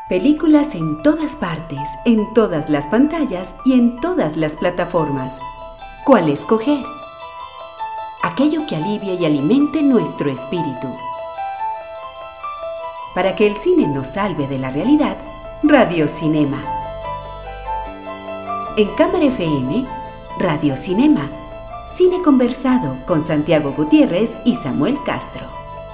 Películas en todas partes, en todas las pantallas y en todas las plataformas. ¿Cuál escoger? Aquello que alivie y alimente nuestro espíritu. Para que el cine nos salve de la realidad, Radio Cinema. En Cámara FM, Radio Cinema. Cine conversado con Santiago Gutiérrez y Samuel Castro.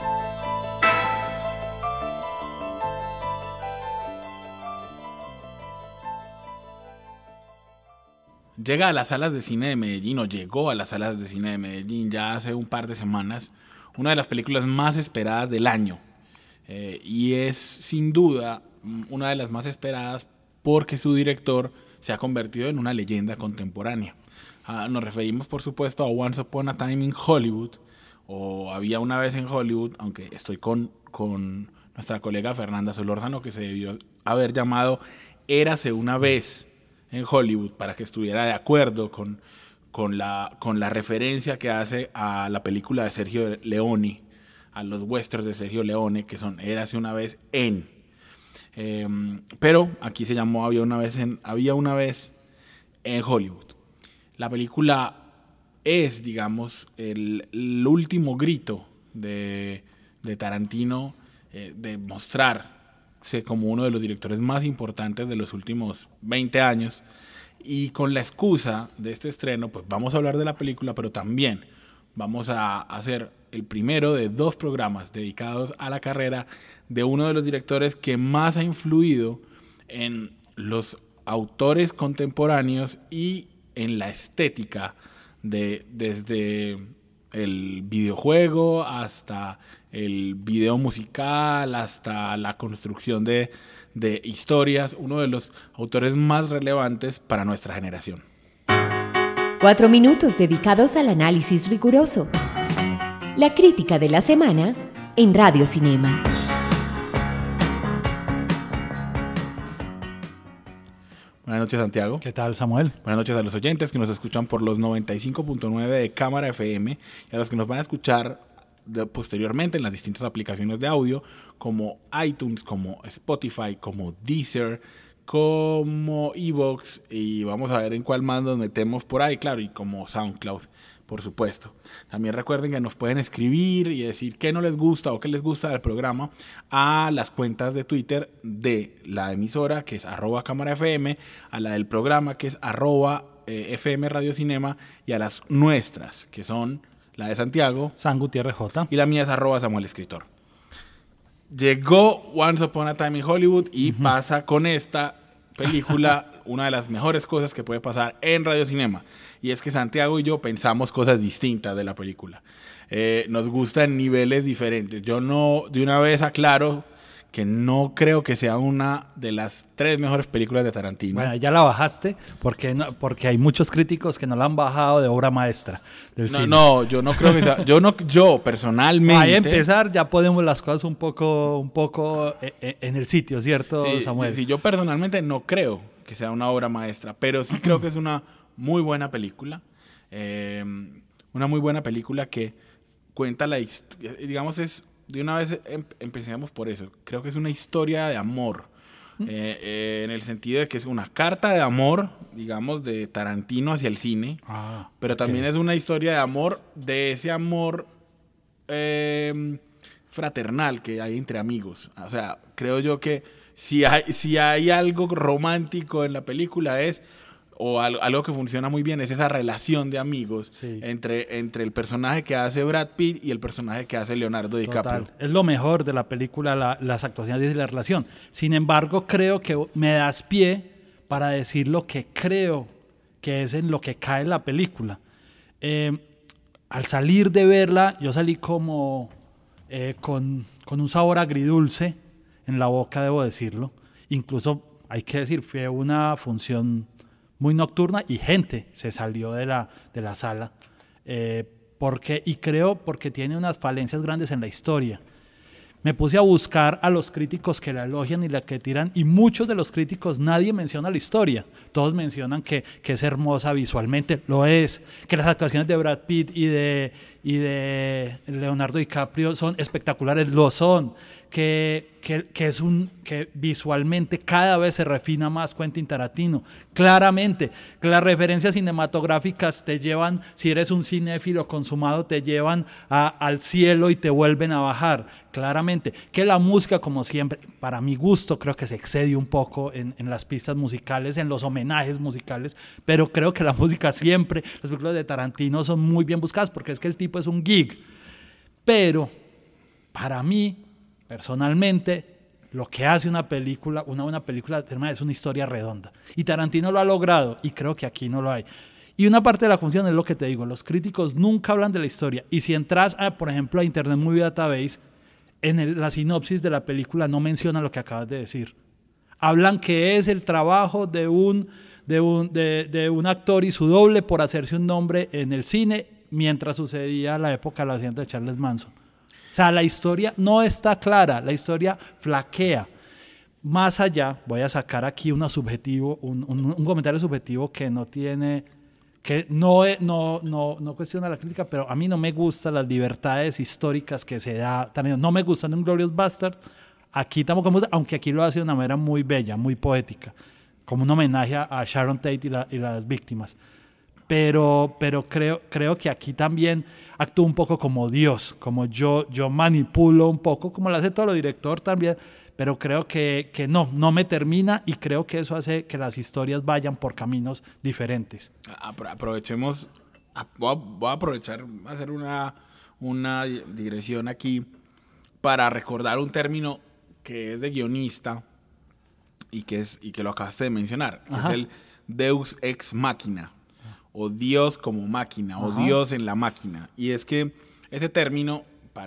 Llega a las salas de cine de Medellín, o llegó a las salas de cine de Medellín ya hace un par de semanas, una de las películas más esperadas del año. Y es sin duda una de las más esperadas porque su director se ha convertido en una leyenda contemporánea. Nos referimos, por supuesto, a Once Upon a Time in Hollywood, o Había una vez en Hollywood, aunque estoy con nuestra colega Fernanda Solórzano, que se debió haber llamado Érase una vez en Hollywood, para que estuviera de acuerdo con la referencia que hace a la película de Sergio Leone, a los westerns de Sergio Leone, que son Érase una vez en. Pero aquí se llamó Había una vez en Hollywood. La película es, digamos, el último grito de Tarantino de mostrarse como uno de los directores más importantes de los últimos 20 años. Y con la excusa de este estreno, pues vamos a hablar de la película, pero también vamos a hacer el primero de 2 programas dedicados a la carrera de uno de los directores que más ha influido en los autores contemporáneos y en la estética desde el videojuego hasta el video musical, hasta la construcción de historias, uno de los autores más relevantes para nuestra generación. 4 minutos dedicados al análisis riguroso. La crítica de la semana en Radio Cinema. Buenas noches, Santiago. ¿Qué tal, Samuel? Buenas noches a los oyentes que nos escuchan por los 95.9 de Cámara FM y a los que nos van a escuchar posteriormente en las distintas aplicaciones de audio como iTunes, como Spotify, como Deezer, como iVoox, y vamos a ver en cuál más nos metemos por ahí, claro, y como SoundCloud, por supuesto. También recuerden que nos pueden escribir y decir qué no les gusta o qué les gusta del programa a las cuentas de Twitter de la emisora, que es @cámarafm, a la del programa, que es @FM Radio Cinema, y a las nuestras, que son la de Santiago, San Gutiérrez J, y la mía es @Samuel Escritor. Llegó Once Upon a Time in Hollywood y pasa con esta película una de las mejores cosas que puede pasar en Radio Cinema, y es que Santiago y yo pensamos cosas distintas de la película. Nos gustan niveles diferentes. Yo no, de una vez aclaro que no creo que sea una de las 3 mejores películas de Tarantino. Bueno, ya la bajaste porque hay muchos críticos que no la han bajado de obra maestra del cine. No, yo no creo que sea. Yo personalmente. Ahí a empezar ya podemos las cosas un poco en el sitio, ¿cierto, sí, Samuel? Sí, yo personalmente no creo que sea una obra maestra, pero sí creo que es una muy buena película. Una muy buena película que cuenta la historia, digamos, de una vez empecemos por eso. Creo que es una historia de amor, en el sentido de que es una carta de amor, digamos, de Tarantino hacia el cine, pero también es una historia de amor, de ese amor fraternal que hay entre amigos. O sea, creo yo que si hay algo romántico en la película o algo que funciona muy bien, es esa relación de amigos, sí, entre el personaje que hace Brad Pitt y el personaje que hace Leonardo DiCaprio. Total. Es lo mejor de la película, las actuaciones y la relación. Sin embargo, creo que me das pie para decir lo que creo que es en lo que cae la película. Al salir de verla, yo salí como con un sabor agridulce en la boca, debo decirlo. Incluso, hay que decir, fue una función muy nocturna y gente se salió de la sala porque tiene unas falencias grandes en la historia. Me puse a buscar a los críticos que la elogian y la que tiran, y muchos de los críticos, nadie menciona la historia. Todos mencionan que es hermosa visualmente, lo es, que las actuaciones de Brad Pitt y de de Leonardo DiCaprio son espectaculares, lo son, que visualmente cada vez se refina más Quentin Tarantino, claramente, que las referencias cinematográficas te llevan, si eres un cinéfilo consumado, te llevan al cielo y te vuelven a bajar, claramente, que la música, como siempre, para mi gusto, creo que se excede un poco en las pistas musicales, en los homenajes musicales, pero creo que la música siempre, las películas de Tarantino son muy bien buscadas, porque es que el tipo es un geek, pero para mí, personalmente, lo que hace una película, una buena película, es una historia redonda. Y Tarantino lo ha logrado, y creo que aquí no lo hay. Y una parte de la función es lo que te digo, los críticos nunca hablan de la historia. Y si entras, por ejemplo, a Internet Movie Database, la sinopsis de la película no menciona lo que acabas de decir. Hablan que es el trabajo de un actor y su doble por hacerse un nombre en el cine, mientras sucedía la época de la hacienda de Charles Manson. O sea, la historia no está clara, la historia flaquea. Más allá, voy a sacar aquí un comentario subjetivo que no tiene, que no cuestiona la crítica, pero a mí no me gustan las libertades históricas que se da. No me gustan en Glorious Bastard, aquí tampoco, aunque aquí lo hace de una manera muy bella, muy poética, como un homenaje a Sharon Tate y las víctimas. Pero creo que aquí también actúo un poco como Dios, como yo manipulo un poco, como lo hace todo el director también, pero creo que no me termina, y creo que eso hace que las historias vayan por caminos diferentes. Aprovechemos, voy a aprovechar, hacer una digresión aquí para recordar un término que es de guionista y que lo acabaste de mencionar, que es el Deus ex machina, o Dios como máquina, o Dios en la máquina. Y es que ese término,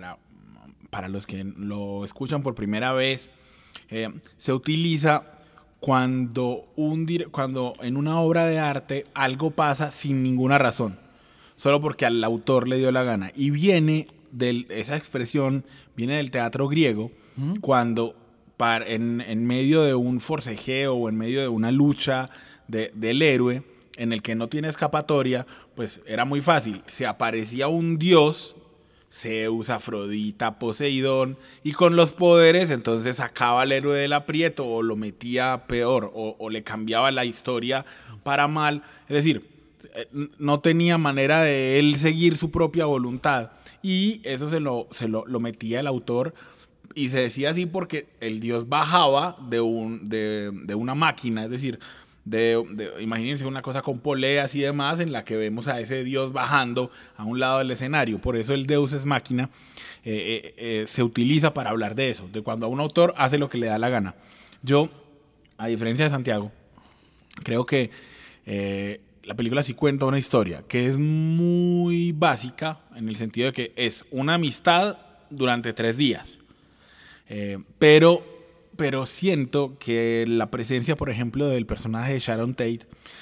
para los que lo escuchan por primera vez, se utiliza cuando en una obra de arte algo pasa sin ninguna razón, solo porque al autor le dio la gana. Y esa expresión viene del teatro griego, cuando en medio de un forcejeo o en medio de una lucha del héroe, en el que no tiene escapatoria, pues era muy fácil. Se aparecía un dios, Zeus, Afrodita, Poseidón, y con los poderes entonces sacaba al héroe del aprieto, o lo metía peor, o le cambiaba la historia para mal. Es decir, no tenía manera de él seguir su propia voluntad, y eso se lo metía el autor, y se decía así porque el dios bajaba de una máquina, es decir, imagínense una cosa con poleas y demás, en la que vemos a ese dios bajando a un lado del escenario. Por eso el Deus ex machina se utiliza para hablar de eso, de cuando a un autor hace lo que le da la gana. Yo, a diferencia de Santiago, creo que la película sí cuenta una historia que es muy básica, en el sentido de que es una amistad durante 3 días, pero siento que la presencia, por ejemplo, del personaje de Sharon Tate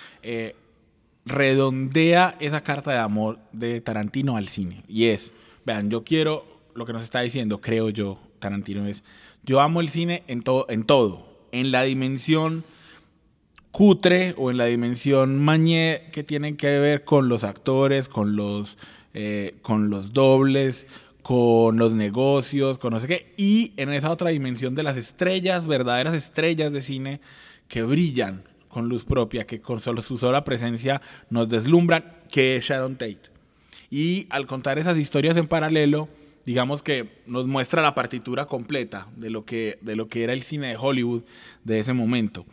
redondea esa carta de amor de Tarantino al cine. Y vean, yo quiero, lo que nos está diciendo, creo yo, Tarantino, yo amo el cine en todo, en la dimensión cutre o en la dimensión mañé, que tienen que ver con los actores, con los dobles, con los negocios, con no sé qué, y en esa otra dimensión de las estrellas, verdaderas estrellas de cine que brillan con luz propia, que con solo su sola presencia nos deslumbran, que es Sharon Tate. Y al contar esas historias en paralelo, digamos que nos muestra la partitura completa de lo que era el cine de Hollywood de ese momento.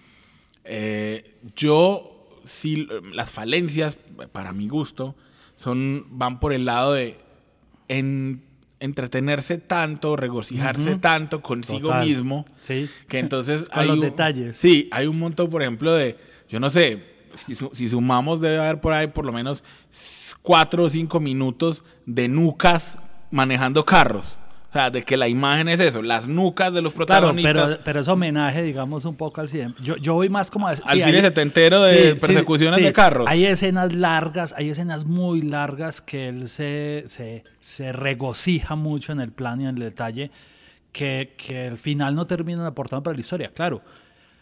Sí, las falencias, para mi gusto, van por el lado de entretenerse tanto, regocijarse tanto consigo mismo, sí, que entonces con los detalles. Sí, hay un montón, por ejemplo, yo no sé, si sumamos, debe haber por ahí por lo menos 4 o 5 minutos de nucas manejando carros. O sea, de que la imagen es eso, las nucas de los protagonistas. Claro, pero es homenaje, digamos, un poco al cine. Yo voy más como... al cine setentero de persecuciones de carros. Hay escenas largas, hay escenas muy largas que él se regocija mucho en el plano y en el detalle, que al final no terminan aportando para la historia, claro.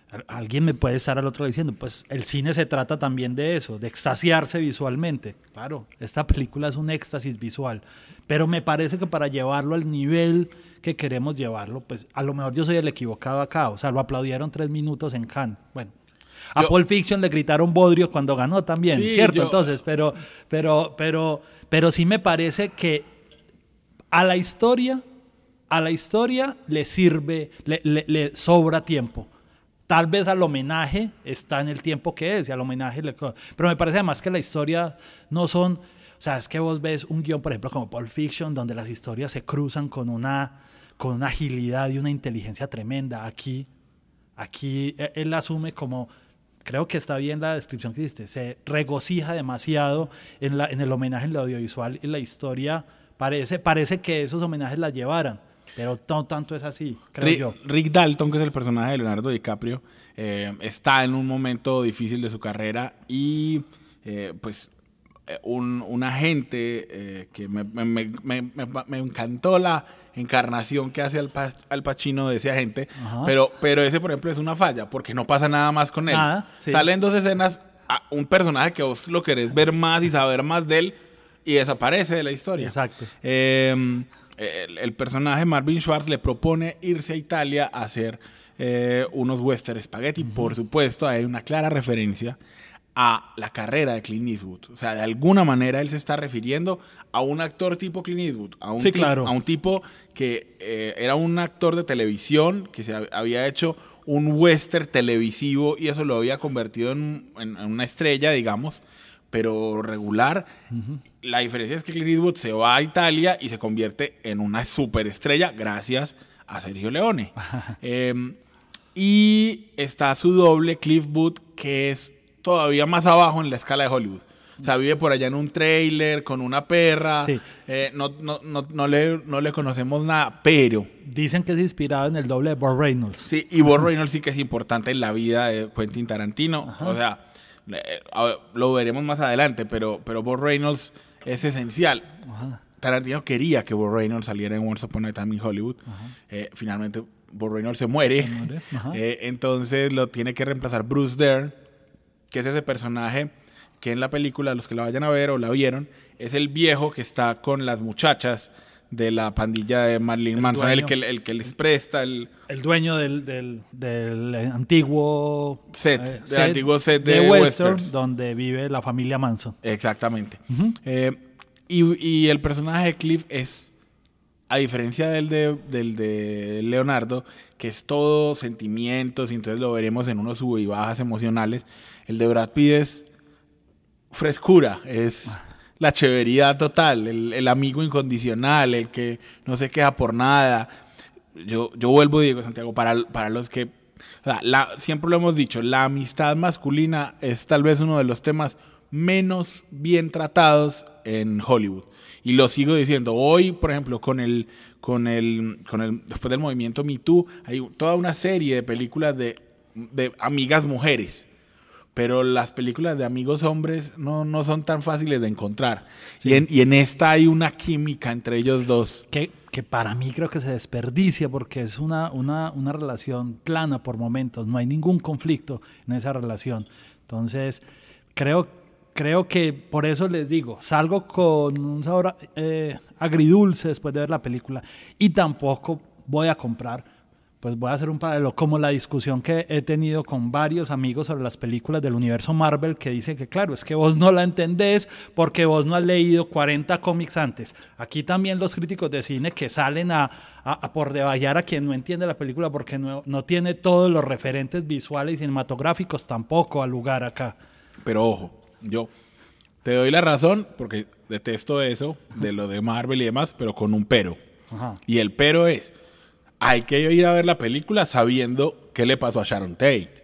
Alguien me puede estar al otro lado diciendo, pues el cine se trata también de eso, de extasiarse visualmente. Claro, esta película es un éxtasis visual, pero me parece que para llevarlo al nivel que queremos llevarlo, pues a lo mejor yo soy el equivocado acá. O sea, lo aplaudieron 3 minutos en Cannes. Bueno, a Pulp Fiction le gritaron bodrio cuando ganó también, sí, ¿cierto? Entonces, pero sí me parece que a la historia le sirve, le sobra tiempo. Tal vez al homenaje está en el tiempo que es, y al homenaje pero me parece además que la historia no son... O sea, es que vos ves un guión, por ejemplo, como Pulp Fiction, donde las historias se cruzan con una agilidad y una inteligencia tremenda. Aquí él asume como... Creo que está bien la descripción que hiciste. Se regocija demasiado en el homenaje en lo audiovisual y la historia. Parece que esos homenajes la llevaran. Pero no tanto es así, creo yo. Rick Dalton, que es el personaje de Leonardo DiCaprio, está en un momento difícil de su carrera y pues un agente que me encantó la encarnación que hace Al Pacino de ese agente, pero ese, por ejemplo, es una falla porque no pasa nada más con él. Sí. Salen 2 escenas, un personaje que vos lo querés ver más y saber más de él y desaparece de la historia. Exacto. El personaje Marvin Schwartz le propone irse a Italia a hacer unos western spaghetti. Por supuesto, hay una clara referencia a la carrera de Clint Eastwood. O sea, de alguna manera él se está refiriendo a un actor tipo Clint Eastwood, a un tipo que era un actor de televisión, que se había hecho un western televisivo y eso lo había convertido en una estrella, digamos, pero regular. La diferencia es que Clint Eastwood se va a Italia y se convierte en una superestrella gracias a Sergio Leone. Y está su doble, Cliff Booth, que es todavía más abajo en la escala de Hollywood. O sea, vive por allá en un trailer con una perra. Sí. No le conocemos nada, pero... Dicen que es inspirado en el doble de Burt Reynolds. Sí, y Burt Reynolds sí que es importante en la vida de Quentin Tarantino. O sea, lo veremos más adelante, pero Burt Reynolds es esencial. Tarantino quería que Burt Reynolds saliera en Once Upon a Time in Hollywood. Finalmente, Burt Reynolds se muere. Entonces lo tiene que reemplazar Bruce Dern, que es ese personaje que en la película, los que la vayan a ver o la vieron, es el viejo que está con las muchachas de la pandilla de Marilyn Manson, el que les presta el dueño del antiguo set de western donde vive la familia Manson. Exactamente. Y el personaje de Cliff es, a diferencia del de Leonardo, que es todo sentimientos, y entonces lo veremos en unos sub y bajas emocionales. El de Brad Pitt es frescura, es la chéveridad total, el amigo incondicional, el que no se queja por nada. Yo vuelvo y digo, Santiago, para los que... siempre lo hemos dicho, la amistad masculina es tal vez uno de los temas menos bien tratados en Hollywood. Y lo sigo diciendo. Hoy, por ejemplo, después del movimiento Me Too, hay toda una serie de películas de amigas mujeres. Pero las películas de amigos hombres no son tan fáciles de encontrar. Sí. Y en esta hay una química entre ellos dos. Que para mí creo que se desperdicia porque es una relación plana por momentos. No hay ningún conflicto en esa relación. Entonces, creo que por eso les digo, salgo con un sabor agridulce después de ver la película y tampoco voy a comprar. Pues voy a hacer un paralelo, como la discusión que he tenido con varios amigos sobre las películas del universo Marvel, que dicen que claro, es que vos no la entendés porque vos no has leído 40 cómics antes. Aquí también los críticos de cine que salen a por devallar a quien no entiende la película porque no tiene todos los referentes visuales y cinematográficos tampoco al lugar acá. Pero ojo, yo te doy la razón porque detesto eso de lo de Marvel y demás, pero con un pero. Y el pero es... Hay que ir a ver la película sabiendo qué le pasó a Sharon Tate.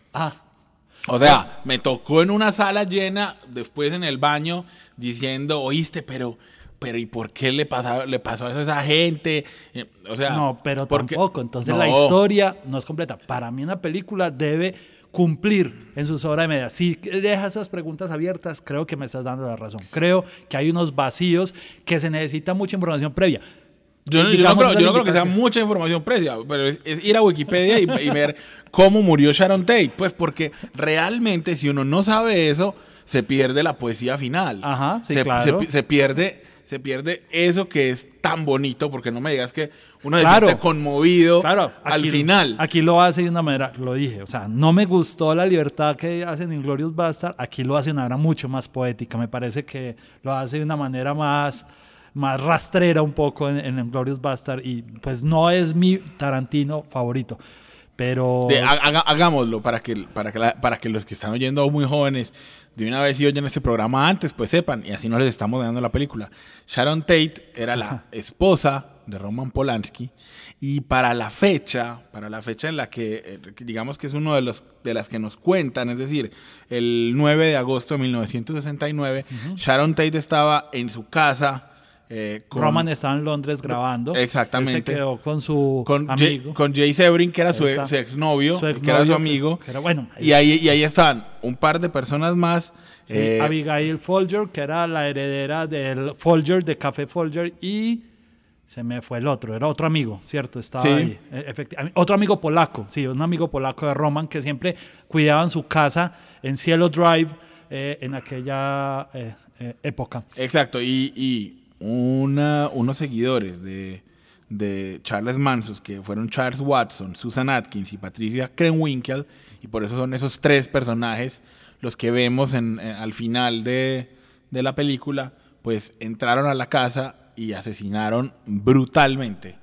O sea, me tocó en una sala llena, después en el baño, diciendo, oíste, pero ¿y por qué le pasó eso a esa gente? O sea, no, pero tampoco. Entonces la historia no es completa. Para mí una película debe cumplir en sus horas y media. Si dejas esas preguntas abiertas, creo que me estás dando la razón. Creo que hay unos vacíos que se necesita mucha información previa. Yo no creo que sea mucha información previa, pero es ir a Wikipedia y ver cómo murió Sharon Tate. Pues porque realmente si uno no sabe eso, se pierde la poesía final. Ajá, sí, claro. Se pierde eso que es tan bonito, porque no me digas que uno se siente conmovido al final. Aquí lo hace de una manera, lo dije, o sea, no me gustó la libertad que hacen en Inglourious Basterds, aquí lo hace de una manera mucho más poética, me parece que lo hace de una manera más rastrera un poco en Inglourious Basterds, y pues no es mi Tarantino favorito, pero... Hagámoslo para que los que están oyendo muy jóvenes de una vez si oyen este programa antes, pues sepan, y así no les estamos dando la película. Sharon Tate era la esposa de Roman Polanski, y para la fecha en la que digamos que es uno de las que nos cuentan, es decir, el 9 de agosto de 1969, Sharon Tate estaba en su casa. Roman estaba en Londres grabando. Exactamente. Él se quedó con su amigo. Con Jay Sebring, que era su exnovio, que era su amigo. Y ahí estaban un par de personas más. Sí, Abigail Folger, que era la heredera del Folger, de Café Folger, y se me fue el otro, era otro amigo, ¿cierto? Estaba ahí. Otro amigo polaco, sí, un amigo polaco de Roman, que siempre cuidaba en su casa en Cielo Drive en aquella época. Exacto, y unos seguidores de Charles Manson, que fueron Charles Watson, Susan Atkins y Patricia Krenwinkel, y por eso son esos tres personajes los que vemos al final de la película, pues entraron a la casa y asesinaron brutalmente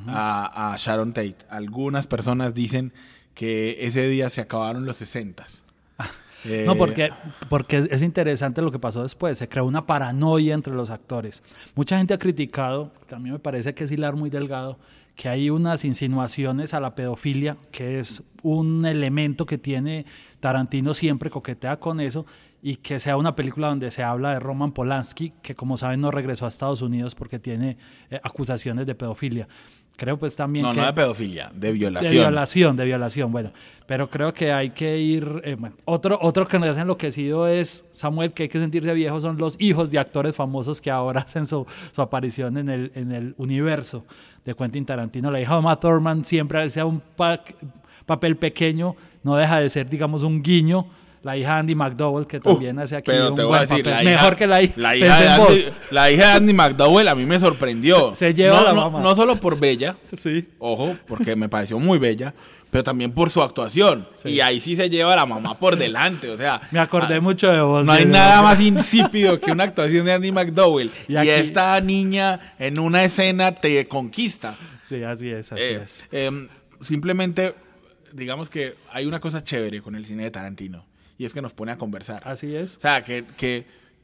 a Sharon Tate. Algunas personas dicen que ese día se acabaron los 60s. No, porque es interesante lo que pasó después. Se creó una paranoia entre los actores. Mucha gente ha criticado, también me parece que es hilar muy delgado, que hay unas insinuaciones a la pedofilia, que es un elemento que tiene Tarantino, siempre coquetea con eso, y que sea una película donde se habla de Roman Polanski, que como saben no regresó a Estados Unidos porque tiene acusaciones de pedofilia. Creo pues también no de pedofilia, de violación. De violación, bueno. Pero creo que hay que ir... Otro que nos ha enloquecido es, Samuel, que hay que sentirse viejo, son los hijos de actores famosos que ahora hacen su aparición en el universo de Quentin Tarantino. La hija de Uma Thurman siempre hace un papel pequeño, no deja de ser, digamos, un guiño. La hija de Andy McDowell, que también hace aquí un buen papel. Mejor que la hija de Andy McDowell a mí me sorprendió. Se lleva la mamá. No solo por bella, sí. Ojo, porque me pareció muy bella, pero también por su actuación. Sí. Y ahí sí se lleva a la mamá por delante. O sea, me acordé mucho de vos. No hay nada más insípido que una actuación de Andy McDowell. Y esta niña en una escena te conquista. Sí, así es. Simplemente, digamos que hay una cosa chévere con el cine de Tarantino. Y es que nos pone a conversar. Así es. O sea, que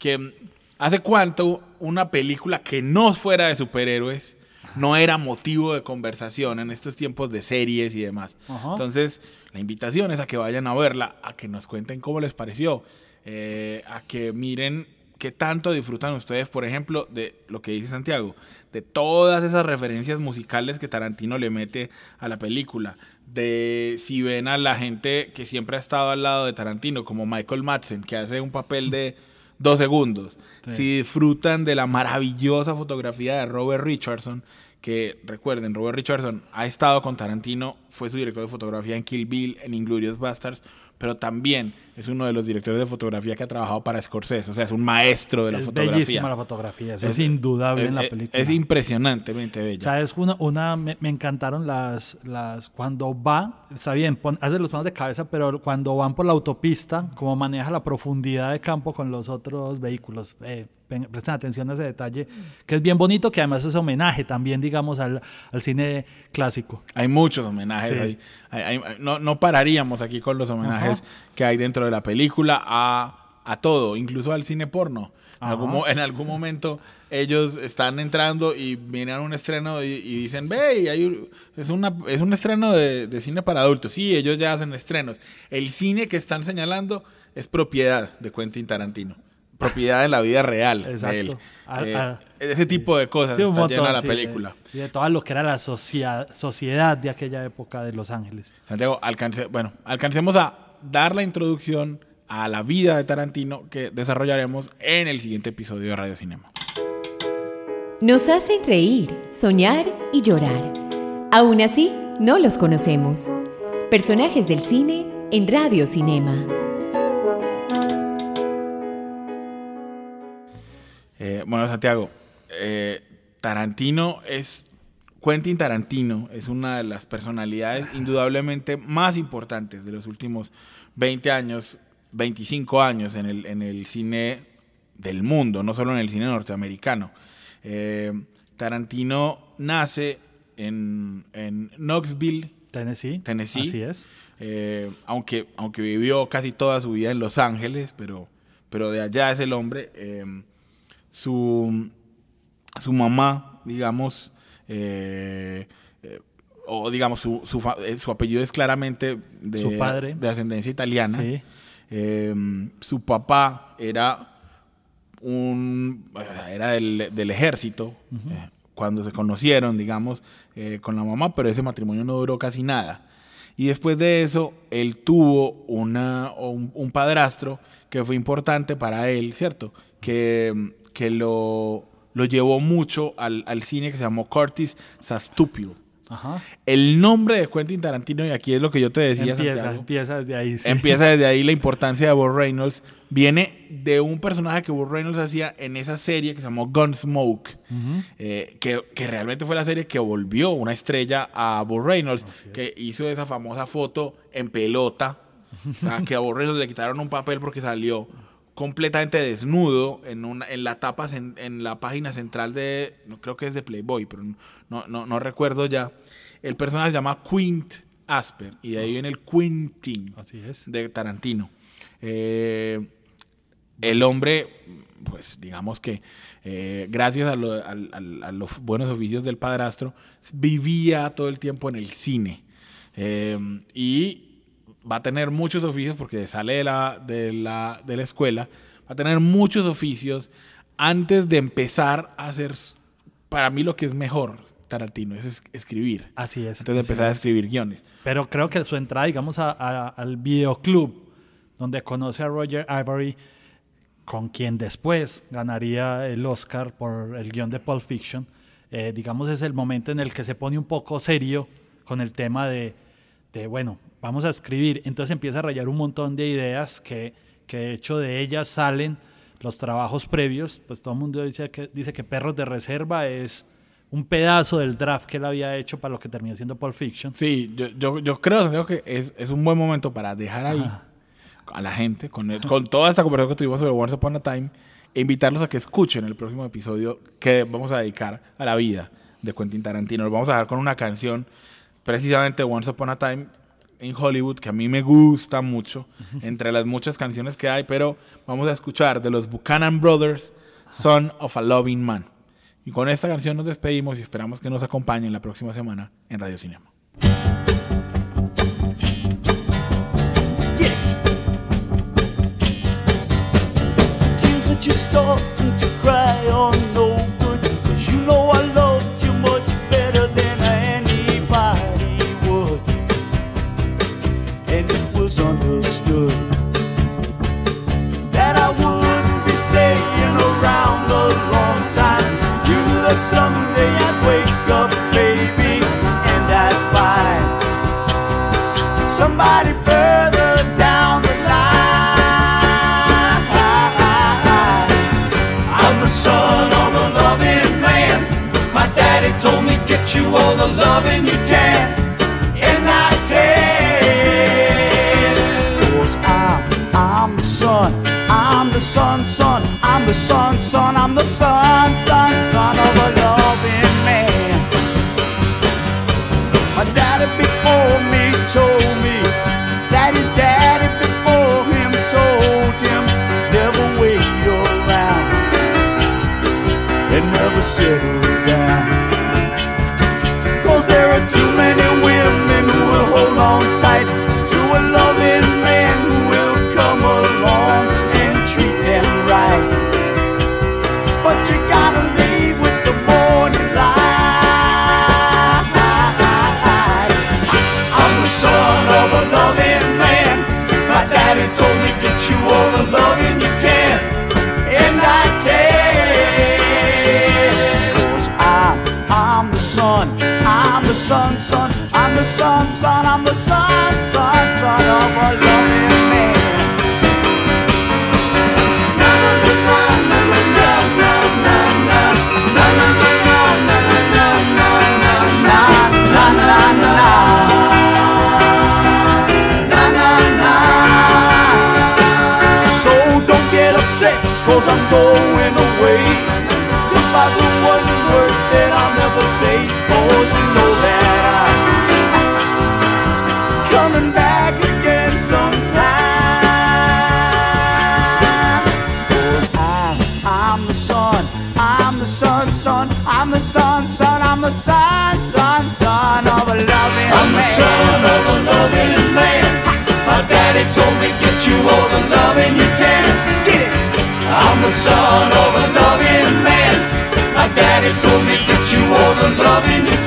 ¿hace cuánto una película que no fuera de superhéroes no era motivo de conversación en estos tiempos de series y demás? Uh-huh. Entonces, la invitación es a que vayan a verla, a que nos cuenten cómo les pareció, a que miren qué tanto disfrutan ustedes, por ejemplo, de lo que dice Santiago, de todas esas referencias musicales que Tarantino le mete a la película, de si ven a la gente que siempre ha estado al lado de Tarantino, como Michael Madsen, que hace un papel de 2 segundos, sí. Si disfrutan de la maravillosa fotografía de Robert Richardson, que recuerden, Robert Richardson ha estado con Tarantino, fue su director de fotografía en Kill Bill, en Inglourious Basterds, pero también es uno de los directores de fotografía que ha trabajado para Scorsese, o sea, es un maestro de la fotografía. Es bellísima la fotografía, es indudable en la película. Es impresionantemente bella. ¿Sabes? Me encantaron las cuando va, está bien, hace los planos de cabeza, pero cuando van por la autopista, como maneja la profundidad de campo con los otros vehículos. Presten atención a ese detalle, que es bien bonito, que además es homenaje también, digamos, al cine clásico. Hay muchos homenajes, sí. No pararíamos aquí con los homenajes que hay dentro de la película a todo, incluso al cine porno. En algún momento ellos están entrando y vienen a un estreno y dicen, ve, es un estreno de cine para adultos. Sí, ellos ya hacen estrenos. El cine que están señalando es propiedad de Quentin Tarantino. Propiedad de la vida real. Exacto. De él. Ese tipo de cosas está llena la película. De todo lo que era la sociedad de aquella época de Los Ángeles. Santiago, alcancemos a dar la introducción a la vida de Tarantino que desarrollaremos en el siguiente episodio de Radio Cinema. Nos hacen reír, soñar y llorar. Aún así, no los conocemos. Personajes del cine en Radio Cinema. Bueno, Santiago, Quentin Tarantino es una de las personalidades indudablemente más importantes de los últimos 20 años, 25 años en el cine del mundo, no solo en el cine norteamericano. Tarantino nace en Knoxville, Tennessee. Así es. Aunque vivió casi toda su vida en Los Ángeles, pero de allá es el hombre. Su mamá, digamos, o digamos su apellido es claramente su padre, de ascendencia italiana. Sí. Su papá era del ejército. Uh-huh. Cuando se conocieron, digamos, con la mamá, pero ese matrimonio no duró casi nada. Y después de eso, él tuvo un padrastro que fue importante para él, ¿cierto? Que lo llevó mucho al cine, que se llamó Curtis Sastupil. Ajá. El nombre de Quentin Tarantino, y aquí es lo que yo te decía, empieza desde ahí. Sí. Empieza desde ahí la importancia de Burt Reynolds. Viene de un personaje que Burt Reynolds hacía en esa serie que se llamó Gunsmoke, uh-huh. Que realmente fue la serie que volvió una estrella a Burt Reynolds, que hizo esa famosa foto en pelota, que a Burt Reynolds le quitaron un papel porque salió completamente desnudo en la tapa, en la página central no creo que es de Playboy, pero no recuerdo ya. El personaje se llama Quint Asper y de ahí viene el Quentin. Así es. De Tarantino. El hombre, pues digamos que gracias a los buenos oficios del padrastro, vivía todo el tiempo en el cine. Y va a tener muchos oficios porque sale de la escuela, va a tener muchos oficios antes de empezar a hacer, para mí lo que es mejor, Tarantino, es escribir. Así es. Antes de empezar a escribir guiones. Pero creo que su entrada, digamos, al videoclub, donde conoce a Roger Avary, con quien después ganaría el Oscar por el guión de Pulp Fiction, digamos, es el momento en el que se pone un poco serio con el tema de bueno, vamos a escribir. Entonces empieza a rayar un montón de ideas que de hecho de ellas salen los trabajos previos. Pues todo el mundo dice que Perros de Reserva es un pedazo del draft que él había hecho para lo que termina siendo Pulp Fiction. Sí, yo creo que es un buen momento para dejar ahí a la gente, con toda esta conversación que tuvimos sobre Once Upon a Time, e invitarlos a que escuchen el próximo episodio que vamos a dedicar a la vida de Quentin Tarantino. Nos vamos a dejar con una canción precisamente Once Upon a Time in Hollywood, que a mí me gusta mucho, entre las muchas canciones que hay, pero vamos a escuchar de los Buchanan Brothers, Son of a Loving Man. Y con esta canción nos despedimos y esperamos que nos acompañen la próxima semana en Radio Cinema. Somebody further down the line. I'm the son of a loving man. My daddy told me get you all the loving you can, and I can. 'Cause I'm the son, I'm the son, son, I'm the son, son, I'm the son, son, son of a loving man. My daddy before me told me that his daddy before him told him never wait around and never settle down. 'Cause there are too many women who will hold on tight to a loving man who will come along and treat them right. But you gotta leave with the morning light. I'm the son of a loving man. My daddy told me get you all the loving you can, and I can. I'm the son of a loving man. My daddy told me get you all the loving you can. Get it! I'm the son of a loving man. My daddy told me get you all the loving you can.